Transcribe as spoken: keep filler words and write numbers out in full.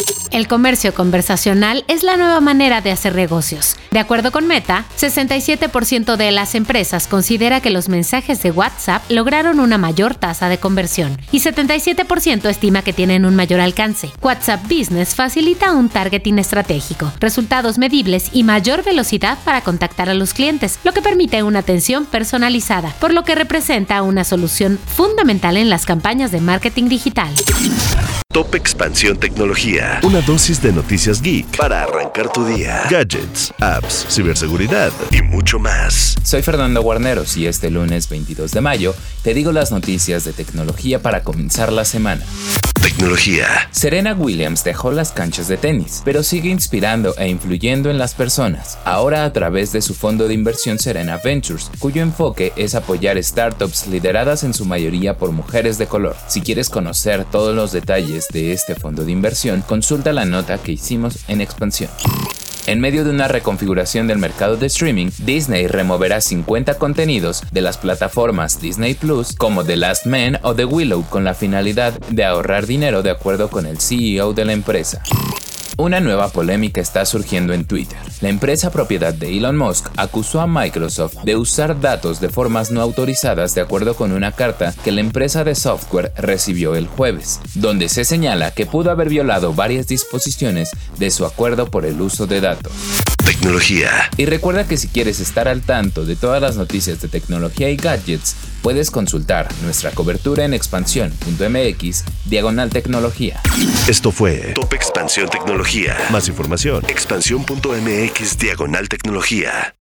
El comercio conversacional es la nueva manera de hacer negocios. De acuerdo con Meta, sesenta y siete por ciento de las empresas considera que los mensajes de WhatsApp lograron una mayor tasa de conversión y setenta y siete por ciento estima que tienen un mayor alcance. WhatsApp Business facilita un targeting estratégico, resultados medibles y mayor velocidad para contactar a los clientes, lo que permite una atención personalizada, por lo que representa una solución fundamental en las campañas de marketing digital. Top Expansión Tecnología. Una dosis de noticias geek para arrancar tu día. Gadgets, apps, ciberseguridad y mucho más. Soy Fernando Guarneros y este lunes veintidós de mayo te digo las noticias de tecnología para comenzar la semana. Tecnología. Serena Williams dejó las canchas de tenis, pero sigue inspirando e influyendo en las personas, ahora a través de su fondo de inversión Serena Ventures, cuyo enfoque es apoyar startups lideradas en su mayoría por mujeres de color. Si quieres conocer todos los detalles de este fondo de inversión, consulta la nota que hicimos en Expansión. En medio de una reconfiguración del mercado de streaming, Disney removerá cincuenta contenidos de las plataformas Disney Plus como The Last Man o The Willow con la finalidad de ahorrar dinero, de acuerdo con el C E O de la empresa. Una nueva polémica está surgiendo en Twitter. La empresa propiedad de Elon Musk acusó a Microsoft de usar datos de formas no autorizadas, de acuerdo con una carta que la empresa de software recibió el jueves, donde se señala que pudo haber violado varias disposiciones de su acuerdo por el uso de datos. Tecnología. Y recuerda que si quieres estar al tanto de todas las noticias de tecnología y gadgets, puedes consultar nuestra cobertura en expansión.mx diagonal tecnología. Esto fue Top Expansión Tecnología. Más información, expansión.mx diagonal tecnología.